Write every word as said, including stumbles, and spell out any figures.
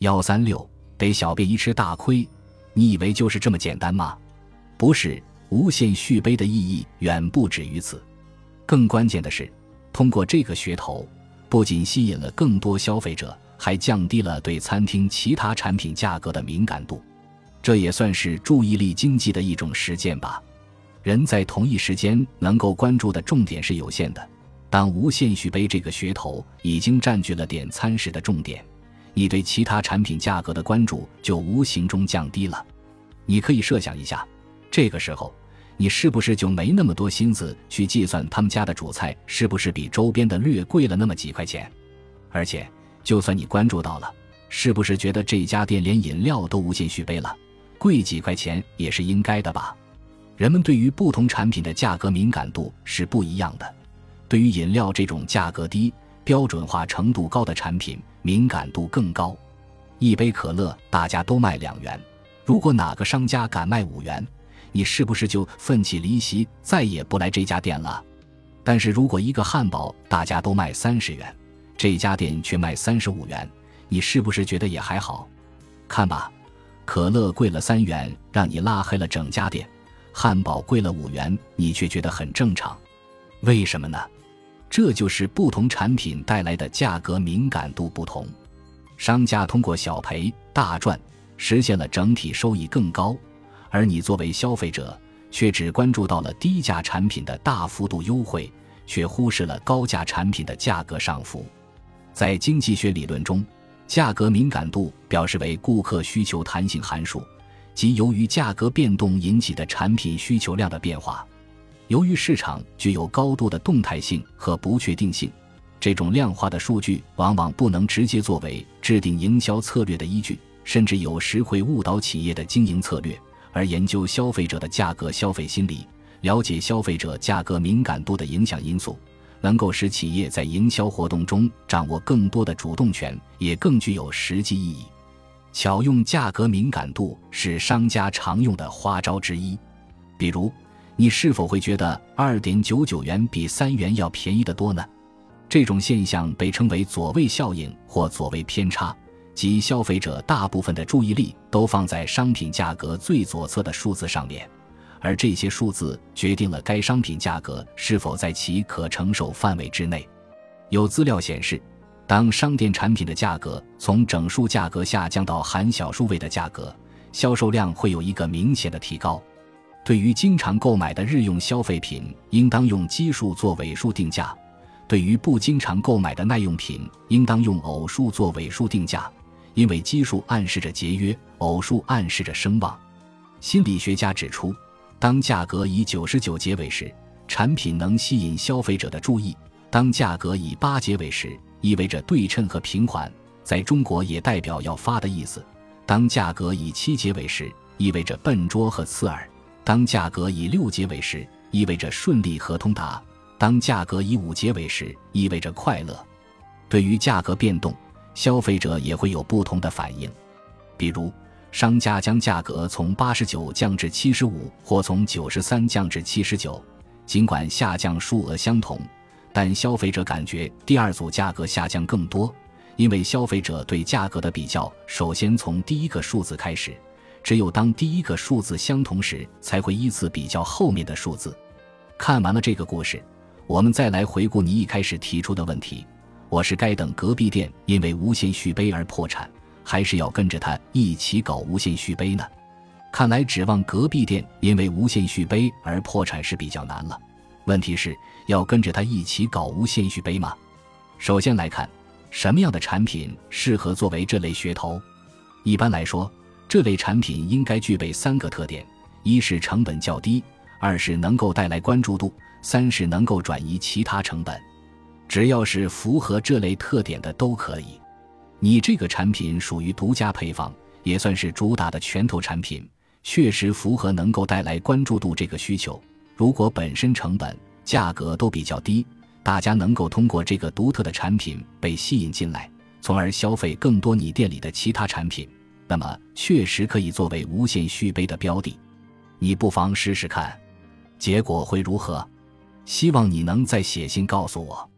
一三六得小便一吃大亏，你以为就是这么简单吗？不是，无限续杯的意义远不止于此。更关键的是，通过这个噱头，不仅吸引了更多消费者，还降低了对餐厅其他产品价格的敏感度。这也算是注意力经济的一种实践吧。人在同一时间能够关注的重点是有限的，当无限续杯这个噱头已经占据了点餐时的重点，你对其他产品价格的关注就无形中降低了。你可以设想一下，这个时候你是不是就没那么多心思去计算他们家的主菜是不是比周边的略贵了那么几块钱？而且就算你关注到了，是不是觉得这家店连饮料都无限续杯了，贵几块钱也是应该的吧？人们对于不同产品的价格敏感度是不一样的，对于饮料这种价格低、标准化程度高的产品敏感度更高。一杯可乐大家都卖两元，如果哪个商家敢卖五元，你是不是就奋起离席，再也不来这家店了？但是如果一个汉堡大家都卖三十元，这家店却卖三十五元，你是不是觉得也还好？看吧，可乐贵了三元，让你拉黑了整家店；汉堡贵了五元，你却觉得很正常。为什么呢？这就是不同产品带来的价格敏感度不同。商家通过小赔大赚，实现了整体收益更高，而你作为消费者却只关注到了低价产品的大幅度优惠，却忽视了高价产品的价格上浮。在经济学理论中，价格敏感度表示为顾客需求弹性函数，即由于价格变动引起的产品需求量的变化。由于市场具有高度的动态性和不确定性，这种量化的数据往往不能直接作为制定营销策略的依据，甚至有时会误导企业的经营策略。而研究消费者的价格消费心理，了解消费者价格敏感度的影响因素，能够使企业在营销活动中掌握更多的主动权，也更具有实际意义。巧用价格敏感度是商家常用的花招之一。比如，你是否会觉得 二点九九元比三元要便宜得多呢？这种现象被称为左位效应或左位偏差，即消费者大部分的注意力都放在商品价格最左侧的数字上面，而这些数字决定了该商品价格是否在其可承受范围之内。有资料显示，当商店产品的价格从整数价格下降到含小数位的价格，销售量会有一个明显的提高。对于经常购买的日用消费品，应当用奇数做尾数定价；对于不经常购买的耐用品，应当用偶数做尾数定价，因为奇数暗示着节约，偶数暗示着声望。心理学家指出，当价格以九十九结尾时，产品能吸引消费者的注意；当价格以八结尾时，意味着对称和平缓，在中国也代表要发的意思；当价格以七结尾时，意味着笨拙和刺耳；当价格以六结尾时，意味着顺利和通达；当价格以五结尾时，意味着快乐。对于价格变动，消费者也会有不同的反应。比如，商家将价格从八十九降至七十五，或从九十三降至七十九，尽管下降数额相同，但消费者感觉第二组价格下降更多，因为消费者对价格的比较首先从第一个数字开始，只有当第一个数字相同时，才会依次比较后面的数字。看完了这个故事，我们再来回顾你一开始提出的问题：我是该等隔壁店因为无限续杯而破产，还是要跟着他一起搞无限续杯呢？看来指望隔壁店因为无限续杯而破产是比较难了。问题是，要跟着他一起搞无限续杯吗？首先来看，什么样的产品适合作为这类噱头？一般来说，这类产品应该具备三个特点：一是成本较低，二是能够带来关注度，三是能够转移其他成本。只要是符合这类特点的都可以。你这个产品属于独家配方，也算是主打的拳头产品，确实符合能够带来关注度这个需求。如果本身成本、价格都比较低，大家能够通过这个独特的产品被吸引进来，从而消费更多你店里的其他产品，那么确实可以作为无限续杯的标的。你不妨试试看，结果会如何？希望你能再写信告诉我。